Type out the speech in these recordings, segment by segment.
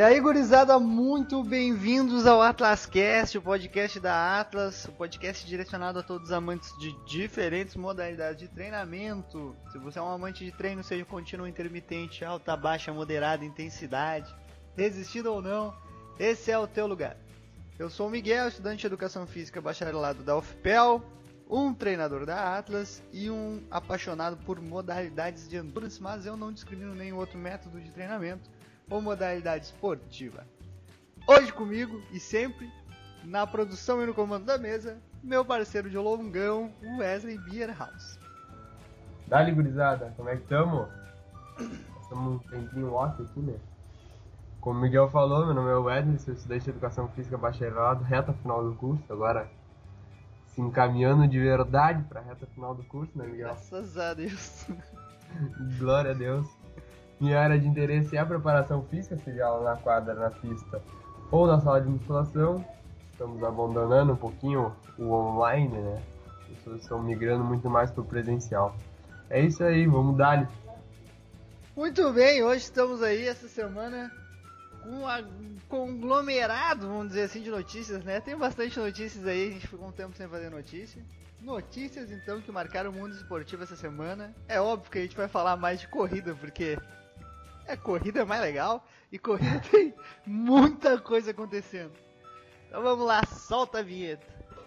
aí, gurizada, muito bem-vindos ao AtlasCast, o podcast da Atlas, o podcast direcionado a todos os amantes de diferentes modalidades de treinamento. Se você é um amante de treino, seja contínuo, intermitente, alta, baixa, moderada, intensidade, resistido ou não, esse é o teu lugar. Eu sou o Miguel, estudante de Educação Física, bacharelado da UFPEL, um treinador da Atlas e um apaixonado por modalidades de endurance, mas eu não discrimino nenhum outro método de treinamento ou modalidade esportiva. Hoje comigo e sempre, na produção e no comando da mesa, meu parceiro de longão, o Wesley Bierhaus. Dali, gurizada, como é que tamo? Estamos um tempinho off aqui, né? Como o Miguel falou, meu nome é Wesley, sou estudante de Educação Física bacharelado, reta final do curso, agora se encaminhando de verdade pra reta final do curso, né, Miguel? Graças a Deus. Glória a Deus. Minha área de interesse é a preparação física, seja ela na quadra, na pista ou na sala de musculação. Estamos abandonando um pouquinho o online, né? As pessoas estão migrando muito mais para o presencial. É isso aí, vamos dar. Muito bem, hoje estamos aí essa semana com um conglomerado, vamos dizer assim, de notícias, né? Tem bastante notícias aí, a gente ficou um tempo sem fazer notícia. Notícias, então, que marcaram o mundo esportivo essa semana. É óbvio que a gente vai falar mais de corrida, porque corrida é mais legal e corrida tem muita coisa acontecendo. Então vamos lá, solta a vinheta.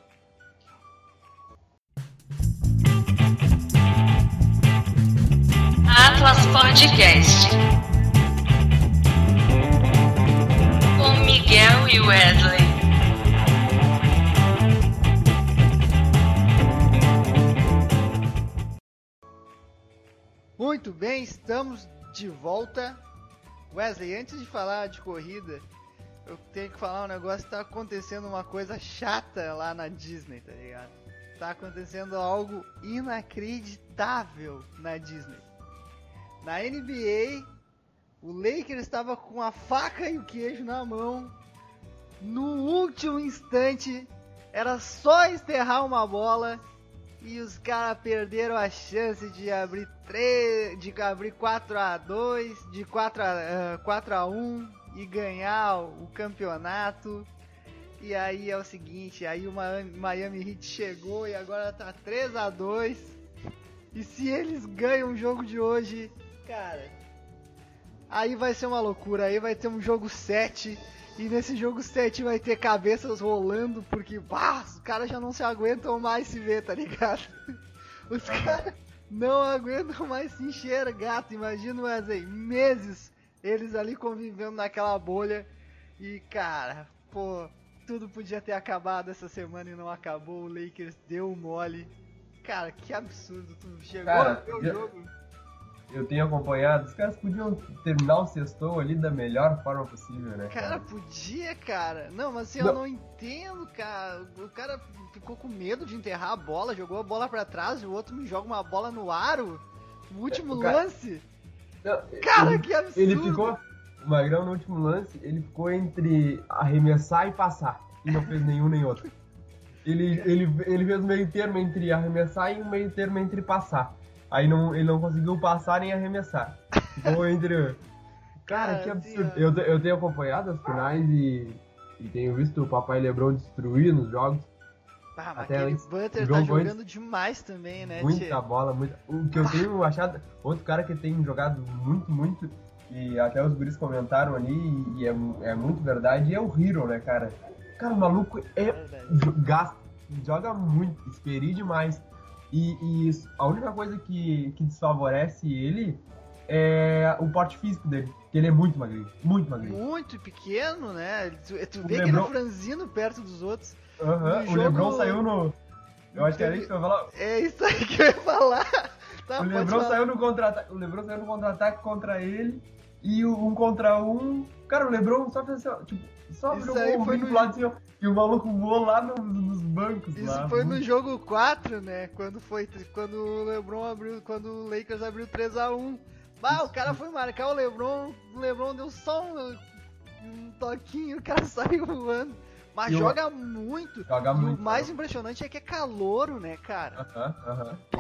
Atlas Podcast com Miguel e Wesley. Muito bem, estamos de volta. Wesley, antes de falar de corrida, eu tenho que falar um negócio que tá acontecendo uma coisa chata lá na Disney, tá ligado? Tá acontecendo algo inacreditável na Disney. Na NBA, o Lakers estava com a faca e o queijo na mão. No último instante, era só enterrar uma bola e os caras perderam a chance de abrir 4-2, de 4-1 e ganhar o campeonato. E aí é o seguinte, aí o Miami Heat chegou e agora tá 3-2. E se eles ganham o jogo de hoje, cara, aí vai ser uma loucura, aí vai ter um jogo 7. E nesse jogo 7 vai ter cabeças rolando, porque os caras já não se aguentam mais se ver, tá ligado? Os caras não aguentam mais se encher, gato. Imagina, Wesley, meses eles ali convivendo naquela bolha. E, cara, tudo podia ter acabado essa semana e não acabou. O Lakers deu mole. Cara, que absurdo, tu chegou a ver o jogo. Eu tenho acompanhado, os caras podiam terminar o sextou ali da melhor forma possível, né? Cara, podia, cara. Não, mas assim, eu não entendo, cara. O cara ficou com medo de enterrar a bola, jogou a bola pra trás, e o outro me joga uma bola no aro. No último lance. Cara, que absurdo. Ele ficou, o Magrão no último lance, ele ficou entre arremessar e passar. E não fez nenhum nem outro. Ele fez um meio termo entre arremessar e um meio termo entre passar. Aí ele não conseguiu passar nem arremessar. Ficou entre... Cara, que absurdo. Eu tenho acompanhado as finais e tenho visto o Papai LeBron destruir nos jogos. Mas aquele Butter tá jogando demais também, né? Muita bola, muita... O que eu tenho achado... Outro cara que tem jogado muito, e até os guris comentaram ali, e é muito verdade, é o Hero, né, cara? Cara, o maluco joga muito, experi demais. E a única coisa que desfavorece ele é o porte físico dele, que ele é muito magrinho. Muito pequeno, né? Tu vê que ele é franzino perto dos outros. O LeBron saiu no... Eu acho que era isso que eu ia falar. É isso aí que eu ia falar. Tá, o LeBron saiu no contra-ataque contra ele e um contra um. Cara, o LeBron só fez assim, tipo, só jogou um lado assim, ó. E o maluco voou lá nos bancos. Isso lá. Foi no jogo 4, né? Quando o Lakers abriu 3-1. O cara foi marcar o LeBron deu só um toquinho, o cara saiu voando. Mas joga muito. O mais impressionante é que é calouro, né, cara?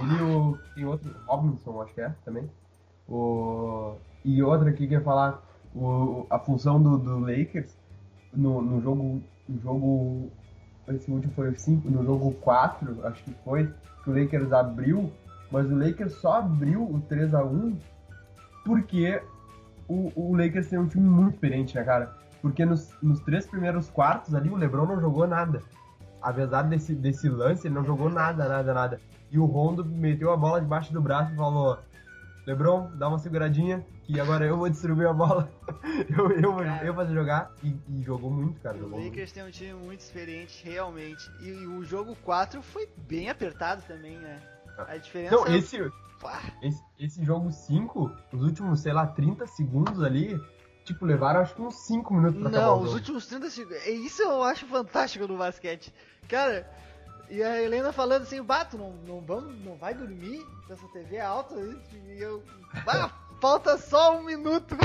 Ele e tem outro, Robinson, acho que é, também. E outra aqui que eu ia falar, a função do Lakers no jogo. Esse último foi o 5, no jogo 4, acho que foi, que o Lakers abriu, mas o Lakers só abriu o 3-1 porque o Lakers tem um time muito experiente, né, cara? Porque nos 3 primeiros quartos ali, o LeBron não jogou nada. Apesar desse lance, ele não jogou nada. E o Rondo meteu a bola debaixo do braço e falou: LeBron, dá uma seguradinha, que agora eu vou distribuir a bola. eu vou jogar. E jogou muito, cara. O Lakers tem um time muito experiente, realmente. E o jogo 4 foi bem apertado também, né? A diferença... Não, esse jogo 5, os últimos, 30 segundos ali, tipo, levaram acho que uns 5 minutos pra acabar o jogo. Não, os últimos 30 segundos... Isso eu acho fantástico no basquete. Cara, e a Helena falando assim, Bato, não vai dormir? Essa TV é alta? E eu... falta só 1 minuto.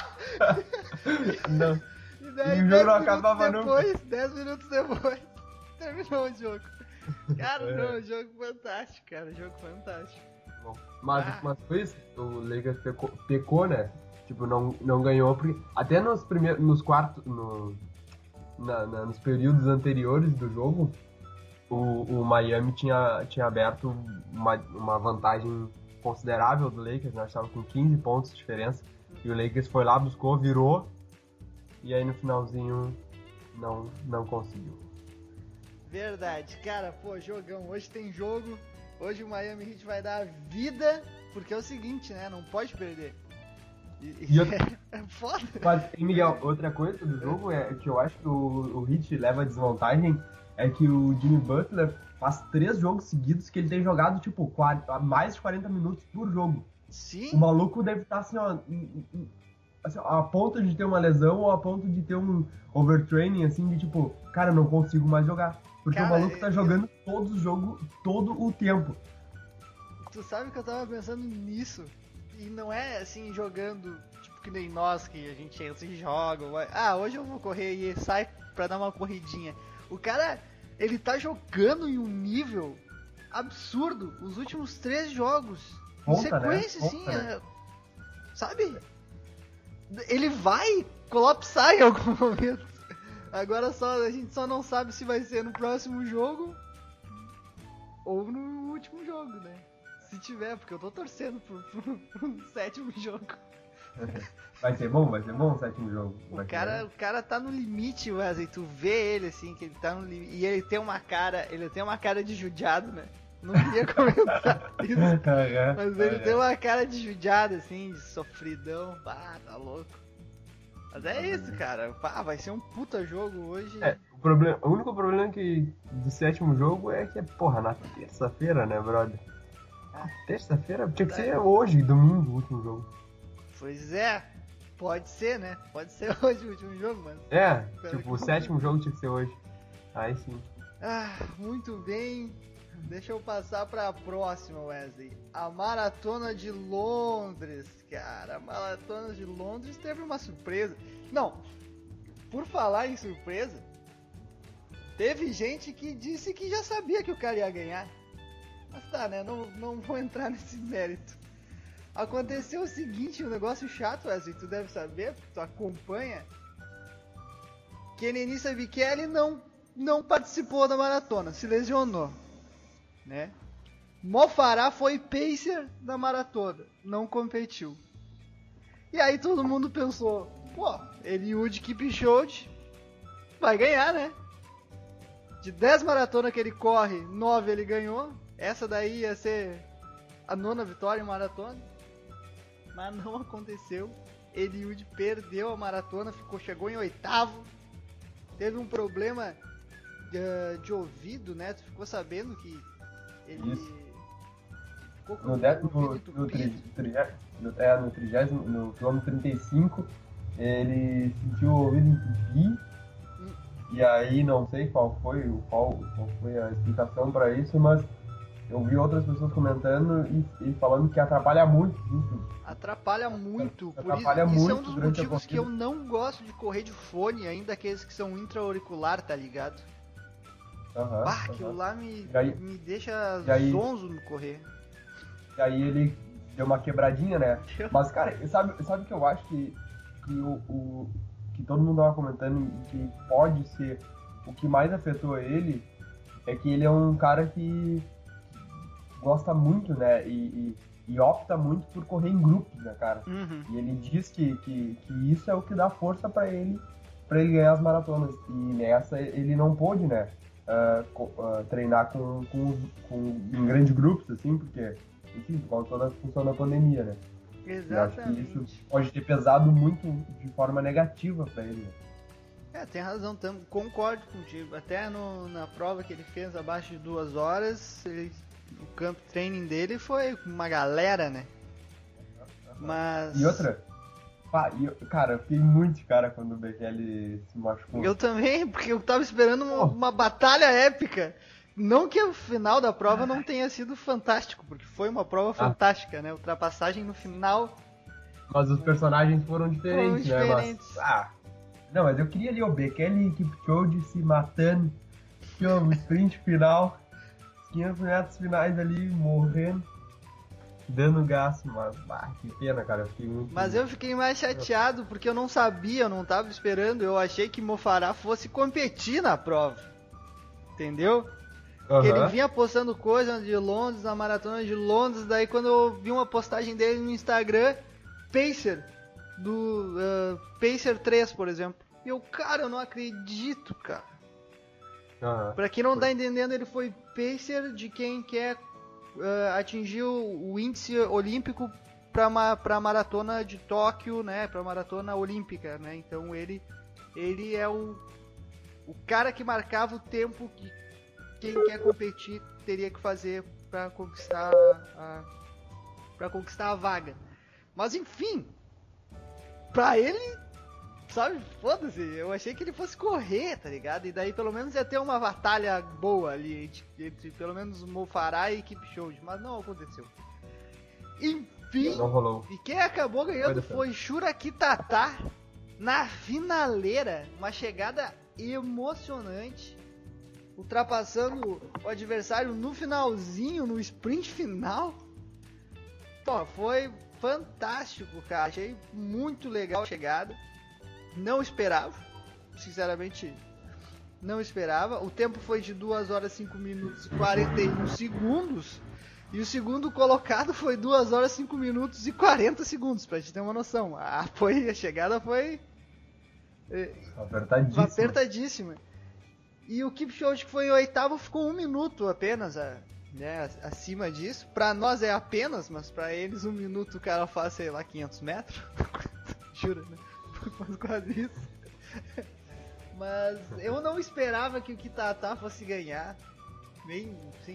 Não. E daí, o jogo não acabava nunca. 10 minutos depois, terminou o jogo. Cara, não, jogo fantástico, cara. Jogo fantástico. Bom, mas foi isso. O Lakers pecou, né? Tipo, não ganhou, porque até nos quartos, nos períodos anteriores do jogo, o Miami tinha aberto uma vantagem considerável do Lakers, né? Estava com 15 pontos de diferença, e o Lakers foi lá, buscou, virou, e aí no finalzinho não conseguiu. Verdade, cara, jogão, hoje tem jogo, hoje o Miami Heat vai dar vida, porque é o seguinte, né, não pode perder. É foda. Mas, Miguel, outra coisa do jogo é que eu acho que o Heat leva a desvantagem, é que o Jimmy Butler faz 3 jogos seguidos que ele tem jogado, tipo, mais de 40 minutos por jogo. Sim. O maluco deve estar assim, ó, a ponto de ter uma lesão ou a ponto de ter um overtraining, assim, de tipo, cara, eu não consigo mais jogar. Porque o maluco tá jogando todos os jogos, todo o tempo. Tu sabe que eu tava pensando nisso, e não é assim, jogando, tipo, que nem nós, que a gente se joga, hoje eu vou correr e sai pra dar uma corridinha. O cara, ele tá jogando em um nível absurdo os últimos 3 jogos. Em sequência, né? Sim, né? Sabe? Ele vai colapsar em algum momento. Agora a gente só não sabe se vai ser no próximo jogo ou no último jogo, né? Se tiver, porque eu tô torcendo pro 7º jogo. Vai ser bom o 7º jogo. O cara tá no limite, Wesley. Tu vê ele assim, que ele tá no limite. E ele tem uma cara de judiado, né? Não queria comentar isso. Mas ele tem uma cara de judiado, assim, de sofridão. Tá louco. Mas é isso, cara. Vai ser um puta jogo hoje. O único problema do 7º jogo é que na terça-feira, né, brother? Terça-feira? Tinha que ser hoje, domingo, o último jogo. Pois é. Pode ser, né? Pode ser hoje o último jogo, mas... o 7º jogo tinha que ser hoje. Aí sim. Muito bem. Deixa eu passar pra próxima, Wesley. A Maratona de Londres, cara. A Maratona de Londres teve uma surpresa. Não, por falar em surpresa, teve gente que disse que já sabia que o cara ia ganhar. Mas tá, né? Não vou entrar nesse mérito. Aconteceu o seguinte, um negócio chato, Wesley, tu deve saber, porque tu acompanha. Kenenisa Sabikeli não participou da maratona, se lesionou, né? Mo Farah foi pacer da maratona, não competiu. E aí todo mundo pensou, Eliud Kipchoge vai ganhar, né? De 10 maratonas que ele corre, 9 ele ganhou. Essa daí ia ser a 9ª vitória em maratona. Mas não aconteceu. Eliud perdeu a maratona, chegou em 8º. Teve um problema de ouvido, né? Tu ficou sabendo que ele ficou com o ouvido entupido. No quilômetro 35, ele sentiu o ouvido entupir. E aí não sei qual foi a explicação para isso, mas eu vi outras pessoas comentando e falando que atrapalha muito isso. Atrapalha muito. Atrapalha isso muito é um dos motivos que eu não gosto de correr de fone, ainda aqueles que são intra-auricular, tá ligado? Aquilo lá me deixa zonzo no correr. E aí ele deu uma quebradinha, né? Mas, cara, sabe o que eu acho que que todo mundo tava comentando e que pode ser o que mais afetou ele é que ele é um cara que gosta muito, né, e opta muito por correr em grupos, né, cara? Uhum. E ele diz que isso é o que dá força pra ele ganhar as maratonas. E nessa ele não pôde, né, treinar em grandes grupos, assim, porque, enfim, por causa da função da pandemia, né? Exatamente. Eu acho que isso pode ter pesado muito de forma negativa pra ele, né? Tem razão, concordo contigo. Até na prova que ele fez abaixo de 2 horas, o camp training dele foi uma galera, né? Mas... E outra, cara, eu fiquei muito de cara quando o Bekele se machucou. Eu também, porque eu tava esperando uma batalha épica. Não que o final da prova não tenha sido fantástico, porque foi uma prova fantástica, né? Ultrapassagem no final. Mas os personagens foram diferentes, né? Não, mas eu queria ali o Bekele e Kipchoge se matando. O sprint final, os 500 metros finais ali, morrendo, dando gás. Mas, que pena, cara. Eu fiquei muito... Mas eu fiquei mais chateado porque eu não sabia, eu não tava esperando. Eu achei que Mo Farah fosse competir na prova. Entendeu? Porque ele vinha postando coisa de Londres, na maratona de Londres. Daí quando eu vi uma postagem dele no Instagram, Pacer, do Pacer 3, por exemplo. E eu, cara, eu não acredito, cara. Pra quem não tá entendendo, ele foi Pacer de quem quer atingir o índice olímpico pra maratona de Tóquio, né? Pra maratona olímpica, né? Então ele é o cara que marcava o tempo que quem quer competir teria que fazer pra conquistar a vaga. Mas enfim, pra ele, sabe, foda-se, eu achei que ele fosse correr, tá ligado? E daí pelo menos ia ter uma batalha boa ali entre pelo menos Mo Farah e Kipchoge, mas não aconteceu. Enfim, não rolou. E quem acabou ganhando foi Shura Kitata na finaleira, uma chegada emocionante, ultrapassando o adversário no finalzinho, no sprint final. Pô, foi fantástico, cara. Achei muito legal a chegada. Não esperava. Sinceramente, não esperava. O tempo foi de 2 horas 5 minutos e 41 segundos. E o segundo colocado foi 2 horas 5 minutos e 40 segundos, pra gente ter uma noção. A chegada foi... apertadíssima. E o Kipchoge, que foi em 8º, ficou 1 minuto apenas, né, acima disso. Pra nós é apenas, mas pra eles 1 minuto o cara faz, sei lá, 500 metros. Jura, né? Faz quase isso. Mas eu não esperava que o Kitata fosse ganhar. Nem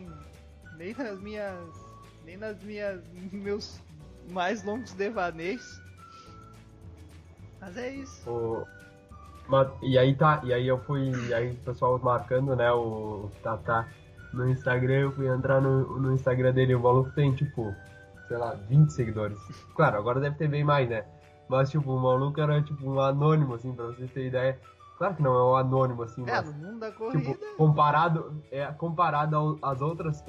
nas meus mais longos devaneios. Mas é isso. E aí o pessoal marcando, né, o Tata no Instagram. Eu fui entrar no Instagram dele, o maluco tem, tipo, sei lá, 20 seguidores. Claro, agora deve ter bem mais, né? Mas, tipo, o maluco era, tipo, um anônimo, assim, pra vocês terem ideia. Claro que não é um anônimo, assim, mas... no mundo da corrida... Tipo, comparado às outras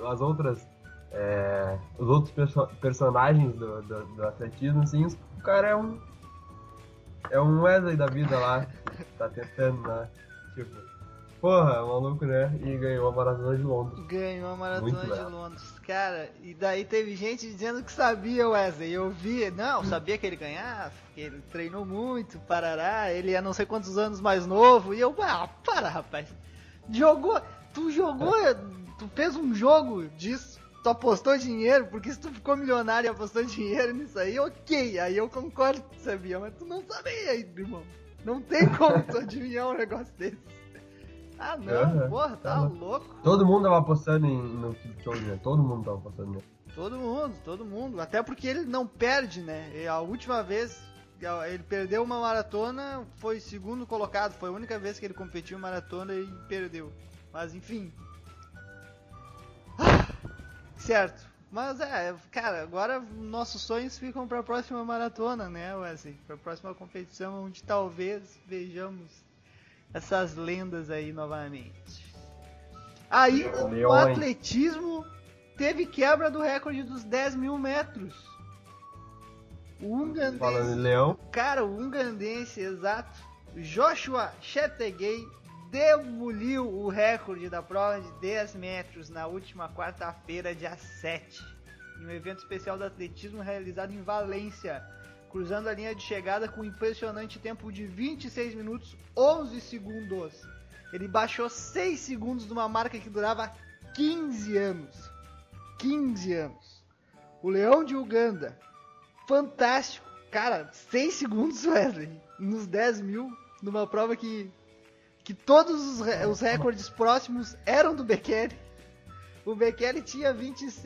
os outros personagens do atletismo, assim, o cara é um Wesley da vida lá, que tá tentando, né? Tipo, porra, maluco, né? E ganhou a Maratona de Londres. Ganhou a Maratona de Londres. Cara, e daí teve gente dizendo que sabia, Wesley. Eu vi, sabia que ele ganhava, que ele treinou muito, parará, ele é não sei quantos anos mais novo. E eu, para, rapaz. Tu fez um jogo disso, tu apostou dinheiro, porque se tu ficou milionário e apostou dinheiro nisso aí, ok, aí eu concordo que tu sabia, mas tu não sabia, irmão. Não tem como tu adivinhar um negócio desse. Ah, não, porra, tá louco. Todo mundo tava apostando no Kipchoge, né? Todo mundo tava apostando nele. Todo mundo. Até porque ele não perde, né? E a última vez ele perdeu uma maratona, foi segundo colocado. Foi a única vez que ele competiu em maratona e perdeu. Mas enfim. Certo. Mas cara, agora nossos sonhos ficam pra próxima maratona, né, Wesley? Pra próxima competição, onde talvez vejamos essas lendas aí novamente. Aí o atletismo teve quebra do recorde dos 10 mil metros. ugandense. Falando em leão. Cara, o ugandense, exato. Joshua Cheptegei demoliu o recorde da prova de 10 metros na última quarta-feira, dia 7. Em um evento especial de atletismo realizado em Valência, cruzando a linha de chegada com um impressionante tempo de 26 minutos 11 segundos. Ele baixou 6 segundos de uma marca que durava 15 anos. 15 anos. O Leão de Uganda. Fantástico. Cara, 6 segundos, Wesley. Nos 10 mil. Numa prova que todos os recordes próximos eram do Bekele. O Bekele tinha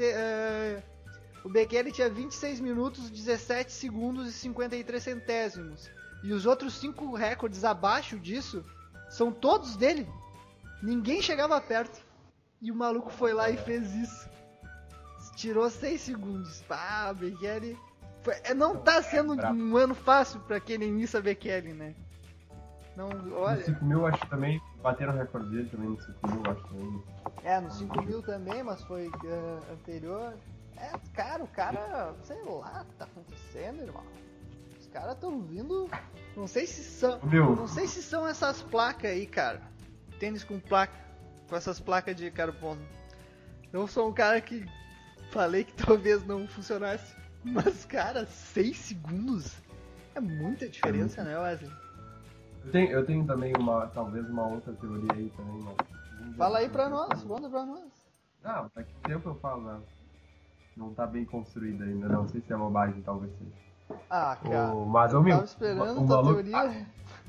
26 minutos, 17 segundos e 53 centésimos. E os outros 5 recordes abaixo disso são todos dele. Ninguém chegava perto. E o maluco foi lá e fez isso. Tirou 6 segundos. Pá, Bekele... Não tá sendo um ano fácil pra quem inicia Bekele, né? Não, olha... No 5 mil, acho que também bateram o recorde dele também no 5 mil, acho também. No 5 mil também, mas foi anterior. Cara, o cara, sei lá o que tá acontecendo, irmão. Os caras estão vindo. Não sei se são essas placas aí, cara. Tênis com placa. Com essas placas de carbono. Eu sou um cara que falei que talvez não funcionasse. Mas, cara, 6 segundos é muita diferença, né, Wesley? Eu tenho também talvez uma outra teoria aí também, mas... Fala aí pra nós, conta pra nós. Não, daqui a tempo eu falo, né? Não tá bem construída ainda, não sei se é bobagem, talvez seja. Cara, mas eu tava esperando tua teoria.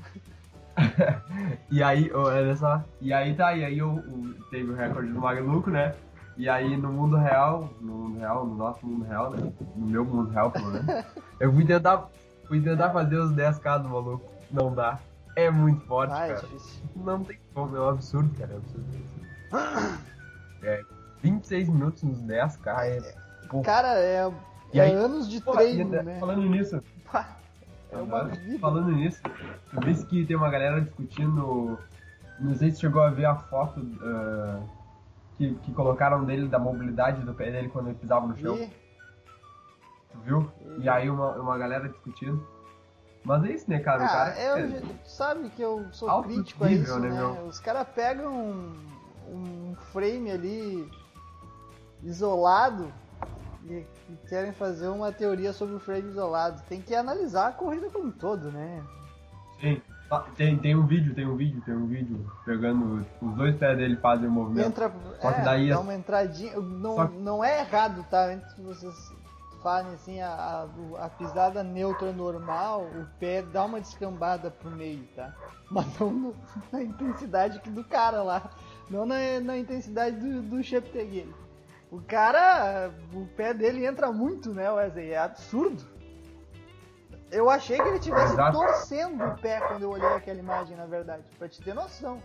E aí, olha só, e aí teve o recorde do maluco, né? E aí no mundo real, no nosso mundo real, né? No meu mundo real, pelo menos, eu fui tentar fazer os 10k do maluco, não dá. É muito forte, cara. É difícil. Não tem como, é um absurdo, cara. É um absurdo. 26 minutos nos 10k Cara, é anos de treino, né? Falando nisso. Falando nisso, eu vi que tem uma galera discutindo. Não sei se chegou a ver a foto que colocaram dele, da mobilidade do pé dele quando ele pisava no chão. Tu viu? E aí uma galera discutindo. Mas é isso, né, cara? O cara sabe que eu sou crítico a isso, né? Os caras pegam um frame ali isolado e querem fazer uma teoria sobre o frame isolado. Tem que analisar a corrida como um todo, né? Sim. Tem um vídeo pegando os dois pés dele, fazem o movimento. Só que daí dá uma entradinha. Não é errado, tá? Antes que vocês falem assim, a pisada neutra normal, o pé dá uma descambada pro meio, tá? Mas não na intensidade do cara lá. Não na intensidade do Cheptegei. O cara, o pé dele entra muito, né, Wesley? É absurdo. Eu achei que ele estivesse torcendo o pé quando eu olhei aquela imagem, na verdade. Pra te ter noção.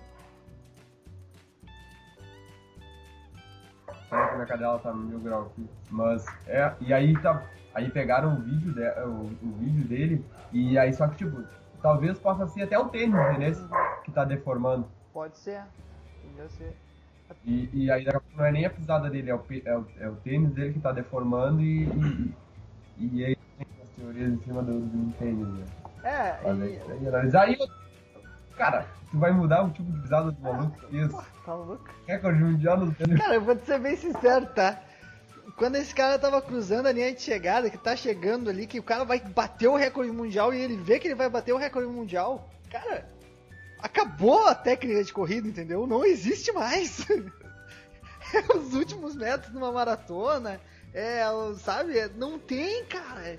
Será que minha cadela tá no 1000 graus aqui? Mas, e aí aí pegaram o vídeo dele, e aí só que, tipo, talvez possa ser até o tênis, entendeu? Que tá deformando. Pode ser, podia ser. E aí não é nem a pisada dele, é o tênis dele que tá deformando e aí tem as teorias em cima do tênis, né? Aí, cara, tu vai mudar o tipo de pisada do maluco? Isso. Tá louco? Recorde mundial no tênis. Cara, eu vou te ser bem sincero, tá? Quando esse cara tava cruzando a linha de chegada, que tá chegando ali, que o cara vai bater o recorde mundial e ele vê que ele vai bater o recorde mundial, cara, acabou a técnica de corrida, entendeu? Não existe mais. É os últimos metros de uma maratona, sabe? Não tem, cara.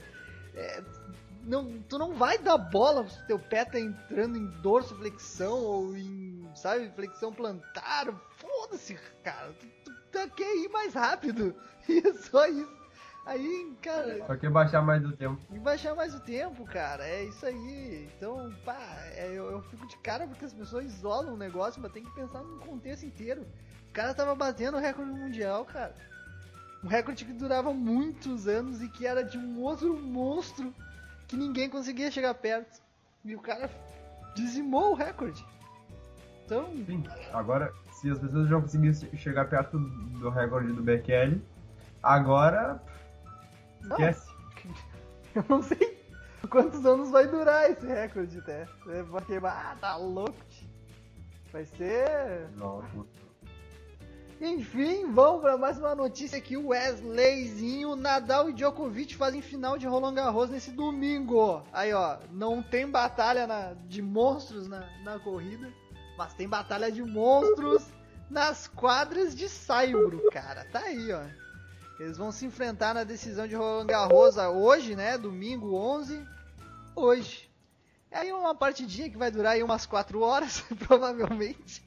Tu não vai dar bola se teu pé tá entrando em dorsoflexão ou em, sabe, flexão plantar. Foda-se, cara. Tu quer ir mais rápido. E é só isso. Aí, cara... Só quer baixar mais o tempo. E baixar mais o tempo, cara. É isso aí. Então, eu fico de cara porque as pessoas isolam o negócio, mas tem que pensar no contexto inteiro. O cara tava batendo o recorde mundial, cara. Um recorde que durava muitos anos e que era de um outro monstro que ninguém conseguia chegar perto. E o cara dizimou o recorde. Então... Sim, agora, se as pessoas já conseguissem chegar perto do recorde do Bekele, agora... esquece. Eu não sei quantos anos vai durar esse recorde até. Porque, tá louco. Vai ser... Não. Enfim, vamos para mais uma notícia aqui. O Wesleyzinho, Nadal e Djokovic fazem final de Roland Garros nesse domingo. Aí, ó, não tem batalha de monstros na corrida, mas tem batalha de monstros nas quadras de saibro, cara. Tá aí, ó. Eles vão se enfrentar na decisão de Roland Garros hoje, né? Domingo 11. Hoje. É aí uma partidinha que vai durar aí umas 4 horas, provavelmente.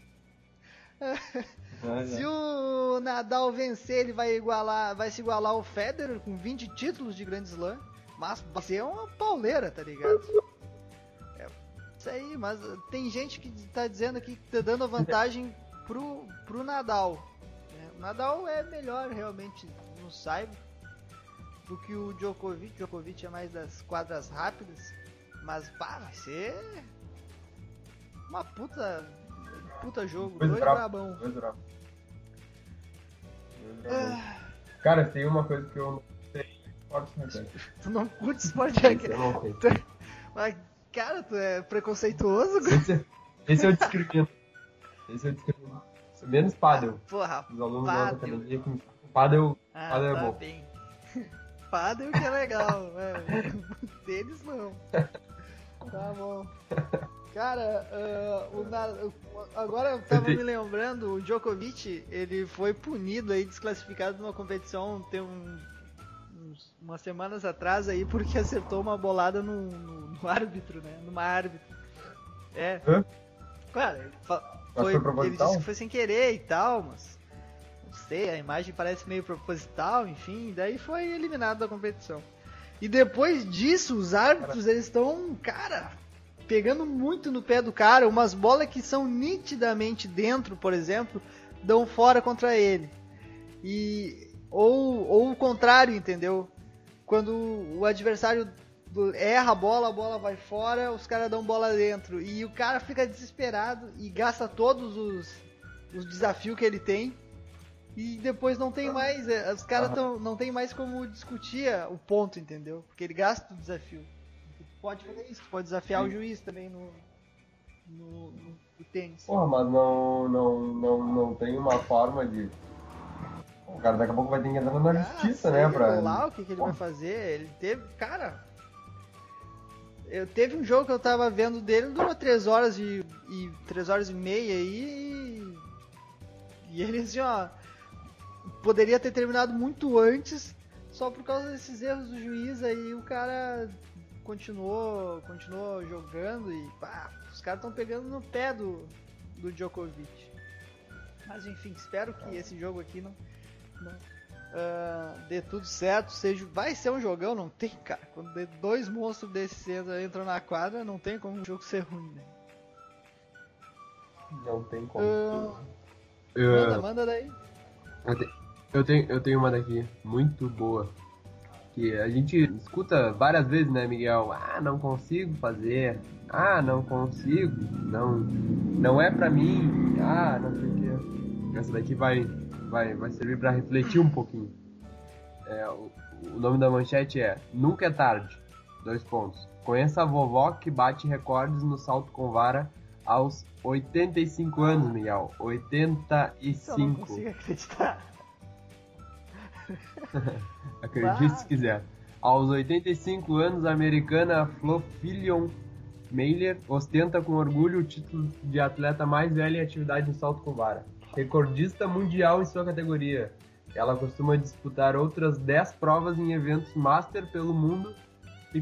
Se o Nadal vencer, ele vai se igualar ao Federer com 20 títulos de Grand Slam. Mas vai ser uma pauleira, tá ligado? Isso aí, mas tem gente que tá dizendo aqui que tá dando a vantagem pro Nadal. O Nadal é melhor realmente no saibro do que o Djokovic. O Djokovic é mais das quadras rápidas. Mas vai ser uma puta jogo. Dois brabão. Cara, tem uma coisa que eu não sei. Tu não curte esporte raquete? Eu não sei. Mas, cara, tu é preconceituoso? Esse é o discrimino. Menos pádel. Porra, os alunos da academia que pádel é bom. Bem. Pádel que é legal. Tênis não. Tá bom. Cara, agora eu tava me lembrando, o Djokovic, ele foi punido aí, desclassificado numa competição tem umas semanas atrás aí, porque acertou uma bolada no árbitro, né? Numa árbitra. Hã? Cara, ele disse que foi sem querer e tal, mas não sei, a imagem parece meio proposital, enfim, daí foi eliminado da competição. E depois disso, os árbitros, eles estão, cara, pegando muito no pé do cara. Umas bolas que são nitidamente dentro, por exemplo, dão fora contra ele. Ou o contrário, entendeu? Quando o adversário erra a bola vai fora, os caras dão bola dentro. E o cara fica desesperado e gasta todos os desafios que ele tem. E depois não tem mais, os caras não tem mais como discutir o ponto, entendeu? Porque ele gasta o desafio. Tu pode fazer isso, tu pode desafiar o juiz também no tênis. Porra, mas não tem uma forma de... O cara daqui a pouco vai ter que entrar na justiça, né? Lá o que ele vai fazer, ele teve... Cara, teve um jogo que eu tava vendo dele, durou 3 horas e 3 horas e meia aí, e ele assim, ó... Poderia ter terminado muito antes, só por causa desses erros do juiz aí o cara continuou jogando e os caras estão pegando no pé do Djokovic. Mas enfim, espero que esse jogo aqui não dê tudo certo, vai ser um jogão, não tem, cara. Quando 2 monstros desses entram na quadra, não tem como um jogo ser ruim, né? Não tem como. Manda daí. Eu tenho uma daqui muito boa, que a gente escuta várias vezes, né, Miguel? Não consigo fazer, não consigo, não é pra mim, não sei o que. Essa daqui vai servir pra refletir um pouquinho. O nome da manchete é Nunca é tarde, 2 pontos. Conheça a vovó que bate recordes no salto com vara aos 85 anos, Miguel. 85. Eu não consigo acreditar. Acredite se quiser. Aos 85 anos, a americana Flo Fillon Mailer ostenta com orgulho o título de atleta mais velha em atividade em salto com vara. Recordista mundial em sua categoria. Ela costuma disputar outras 10 provas em eventos master pelo mundo e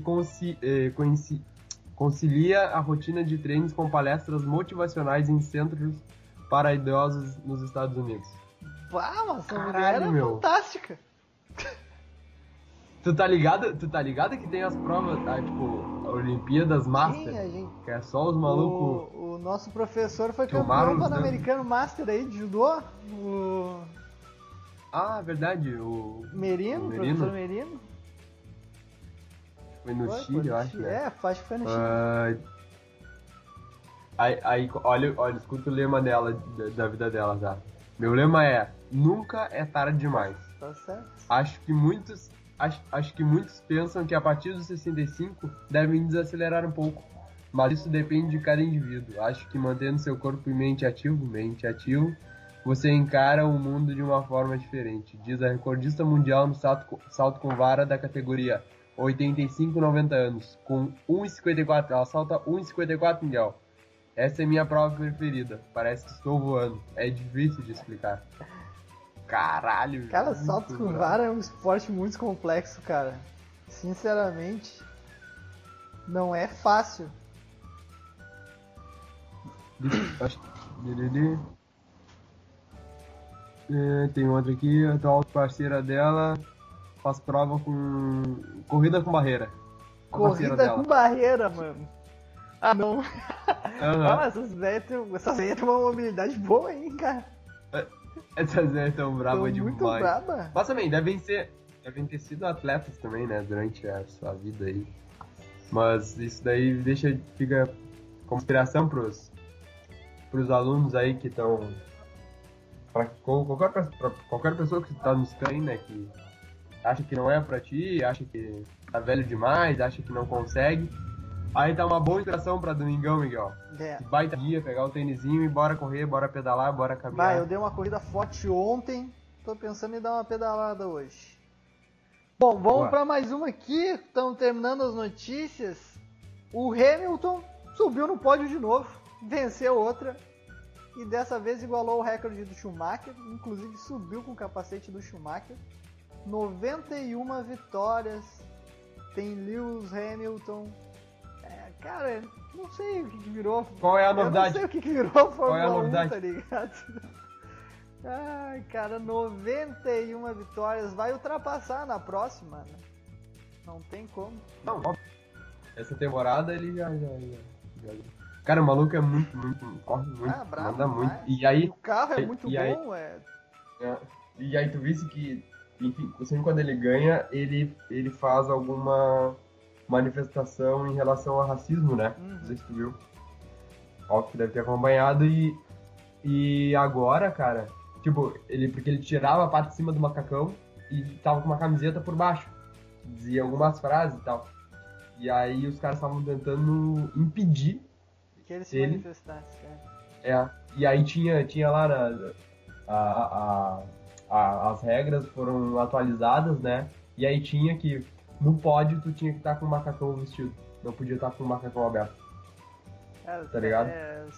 concilia a rotina de treinos com palestras motivacionais em centros para idosos nos Estados Unidos. Mas essa mulher é fantástica. Tu tá ligado que tem as provas, tipo, Olimpíadas Master? Sim, que é só os malucos. O nosso professor foi campeão pan-americano Master aí de judô. Verdade, o professor Merino. Foi no Chile, eu acho. Né? Acho que foi no Chile. Aí, olha, escuta o lema dela, da vida dela, tá? Meu lema é: nunca é tarde demais. Tá certo. Acho que muitos acho que muitos pensam que a partir dos 65 devem desacelerar um pouco, mas isso depende de cada indivíduo. Acho que mantendo seu corpo e mente ativo, você encara o mundo de uma forma diferente, diz a recordista mundial no salto com vara da categoria 85-90 anos, com 1,54, ela salta 1,54 mundial. Essa é minha prova preferida, parece que estou voando, é difícil de explicar. Caralho. Cara, salto com vara é um esporte muito complexo, cara. Sinceramente, não é fácil. Tem outra aqui, a atual parceira dela faz prova com corrida com barreira. Corrida com barreira, mano. Ah, não. Uhum. Ah, mas essas velhas têm uma mobilidade boa, hein, cara. Essas velhas tão bravas demais. Muito braba. Mas também, devem ter sido atletas também, né, durante a sua vida aí. Mas isso daí fica como inspiração pros alunos aí que estão... Pra qualquer pessoa que tá nos escutando aí, né, que acha que não é pra ti, acha que tá velho demais, acha que não consegue. Aí tá uma boa inspiração pra domingão, Miguel. É. Baita dia, pegar o tênisinho e bora correr, bora pedalar, bora caminhar. Eu dei uma corrida forte ontem, tô pensando em dar uma pedalada hoje. Bom, vamos pra mais uma aqui, estamos terminando as notícias. O Hamilton subiu no pódio de novo, venceu outra e dessa vez igualou o recorde do Schumacher, inclusive subiu com o capacete do Schumacher. 91 vitórias, tem Lewis Hamilton. Cara, não sei o que virou. Qual é a novidade? Eu não sei o que virou a Fórmula Qual é a novidade? 1, tá ligado? Ai, cara, 91 vitórias. Vai ultrapassar na próxima, né? Não tem como. Não, óbvio. Essa temporada ele já. Cara, o maluco é muito, corre muito, bravo, manda muito. demais. E aí. O carro é muito e aí- bom, E aí tu visse que, enfim, sempre quando ele ganha, ele faz alguma manifestação em relação ao racismo, né? Não sei se tu viu. Óbvio que deve ter acompanhado e agora, cara, tipo, porque ele tirava a parte de cima do macacão e tava com uma camiseta por baixo. Dizia algumas frases e tal. E aí os caras estavam tentando impedir. Que ele se manifestasse, cara. E aí tinha lá as regras foram atualizadas, né? E aí tinha que no pódio tu tinha que estar com o macacão vestido. Não podia estar com o macacão aberto. Tá ligado?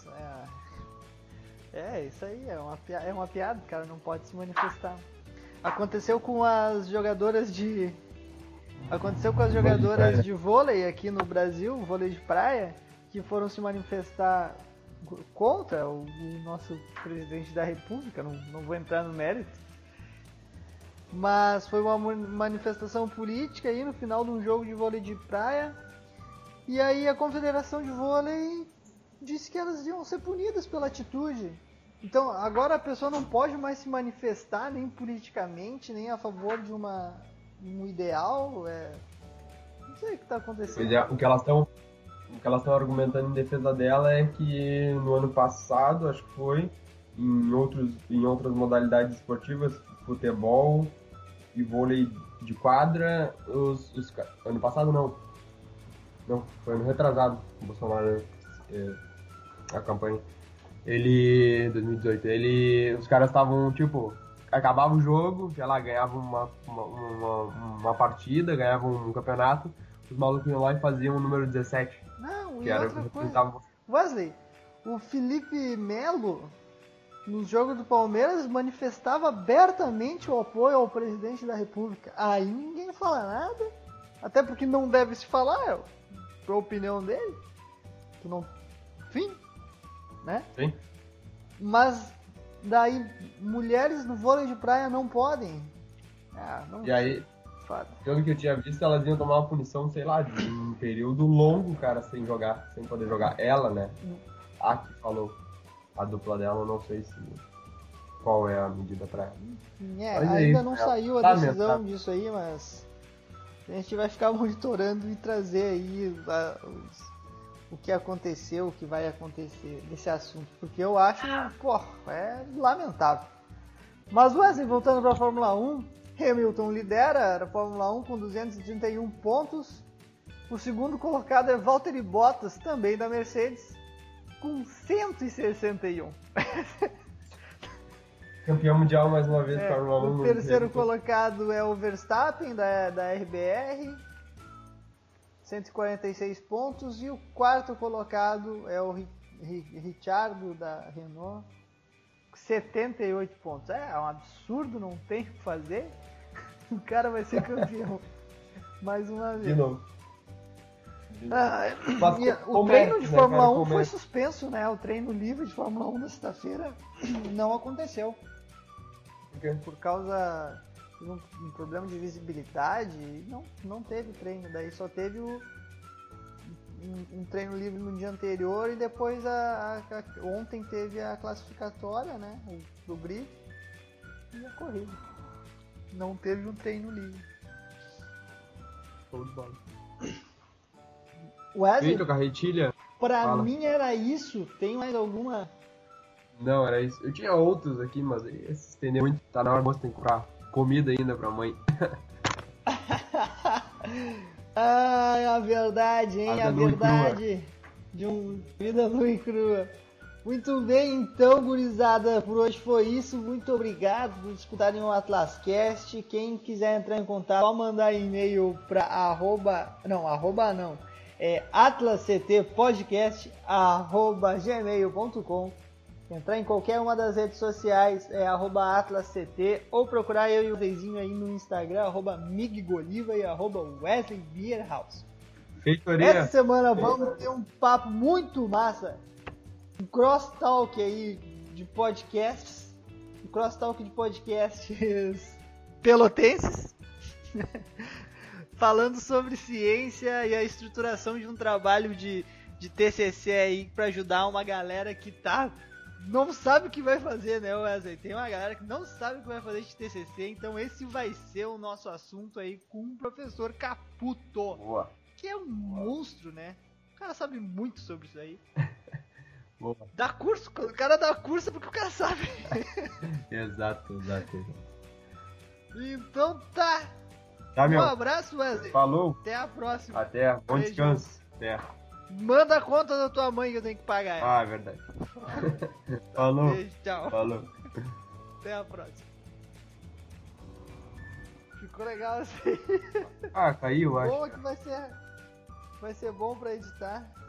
Isso aí, é uma piada, cara, não pode se manifestar. Aconteceu com as jogadoras de vôlei aqui no Brasil, vôlei de praia, que foram se manifestar contra o nosso presidente da República, não vou entrar no mérito. Mas foi uma manifestação política aí no final de um jogo de vôlei de praia. E aí a Confederação de Vôlei disse que elas iam ser punidas pela atitude. Então agora a pessoa não pode mais se manifestar nem politicamente, nem a favor de um ideal. Não sei o que está acontecendo. Pois é, o que elas estão argumentando em defesa dela é que no ano passado, acho que foi, em outras modalidades esportivas, futebol e vôlei de quadra, ano passado não, foi ano retrasado, o Bolsonaro, a campanha, 2018, os caras estavam, tipo, acabava o jogo, sei lá, ganhavam uma partida, ganhavam um campeonato, os malucos iam lá e faziam o número 17. Não, que e era outra coisa, Wesley, o Felipe Melo, no jogo do Palmeiras, manifestava abertamente o apoio ao presidente da República. Aí ninguém fala nada, até porque não deve se falar, a opinião dele. Enfim, né? Sim. Mas daí mulheres no vôlei de praia não podem. E aí, pelo que eu tinha visto, elas iam tomar uma punição, sei lá, de um período longo, cara, sem poder jogar. Ela, né? A que falou. A dupla dela, eu não sei qual é a medida pra ela. Ainda não saiu a decisão disso aí, mas a gente vai ficar monitorando e trazer aí o que aconteceu, o que vai acontecer nesse assunto, porque eu acho, é lamentável. Mas Wesley, voltando pra Fórmula 1, Hamilton lidera a Fórmula 1 com 231 pontos. O segundo colocado é Valtteri Bottas, também da Mercedes, com 161. Campeão mundial mais uma vez, Fórmula 1. O terceiro colocado é o Verstappen, da RBR, 146 pontos. E o quarto colocado é o Ricciardo, da Renault, 78 pontos. É um absurdo, não tem o que fazer. O cara vai ser campeão mais uma vez. De novo. O treino de Fórmula 1 foi suspenso, né? O treino livre de Fórmula 1 na sexta-feira não aconteceu. Por causa de um problema de visibilidade, não teve treino. Daí só teve um treino livre no dia anterior e depois ontem teve a classificatória, né? Do grid e a corrida. Não teve um treino livre. Show de bola. Wesley, Feito, carretilha? Pra mim era isso. Tem mais alguma? Não, era isso. Eu tinha outros aqui, mas esse se estendeu muito. Tá na hora, moça, tem que comprar comida ainda pra mãe. A verdade, hein? A verdade de vida nua e crua. Muito bem, então, gurizada, por hoje foi isso. Muito obrigado por escutarem o AtlasCast. Quem quiser entrar em contato, só mandar e-mail para atlasctpodcast@gmail.com. Entrar em qualquer uma das redes sociais é @atlasct, ou procurar eu e o Zeizinho aí no Instagram, @miggoliva e @Wesley Bierhaus. Feitoria. Essa semana vamos ter um papo muito massa, um crosstalk aí de podcasts, pelotenses, falando sobre ciência e a estruturação de um trabalho de TCC aí para ajudar uma galera que não sabe o que vai fazer, né, Wesley? Tem uma galera que não sabe o que vai fazer de TCC, então esse vai ser o nosso assunto aí com o professor Caputo. Boa. Que é um monstro, né? O cara sabe muito sobre isso aí. Boa. Dá curso, o cara dá curso porque o cara sabe. Exato. Então tá. Meu. Um abraço, Wesley. Falou. Até a próxima. Até. Bom Beijo. descanso. Até. Manda a conta da tua mãe que eu tenho que pagar. Ah, é verdade. Falou. Beijo, tchau. Falou. Até a próxima. Ficou legal assim. Ah, caiu, acho. Bom que vai ser bom pra editar.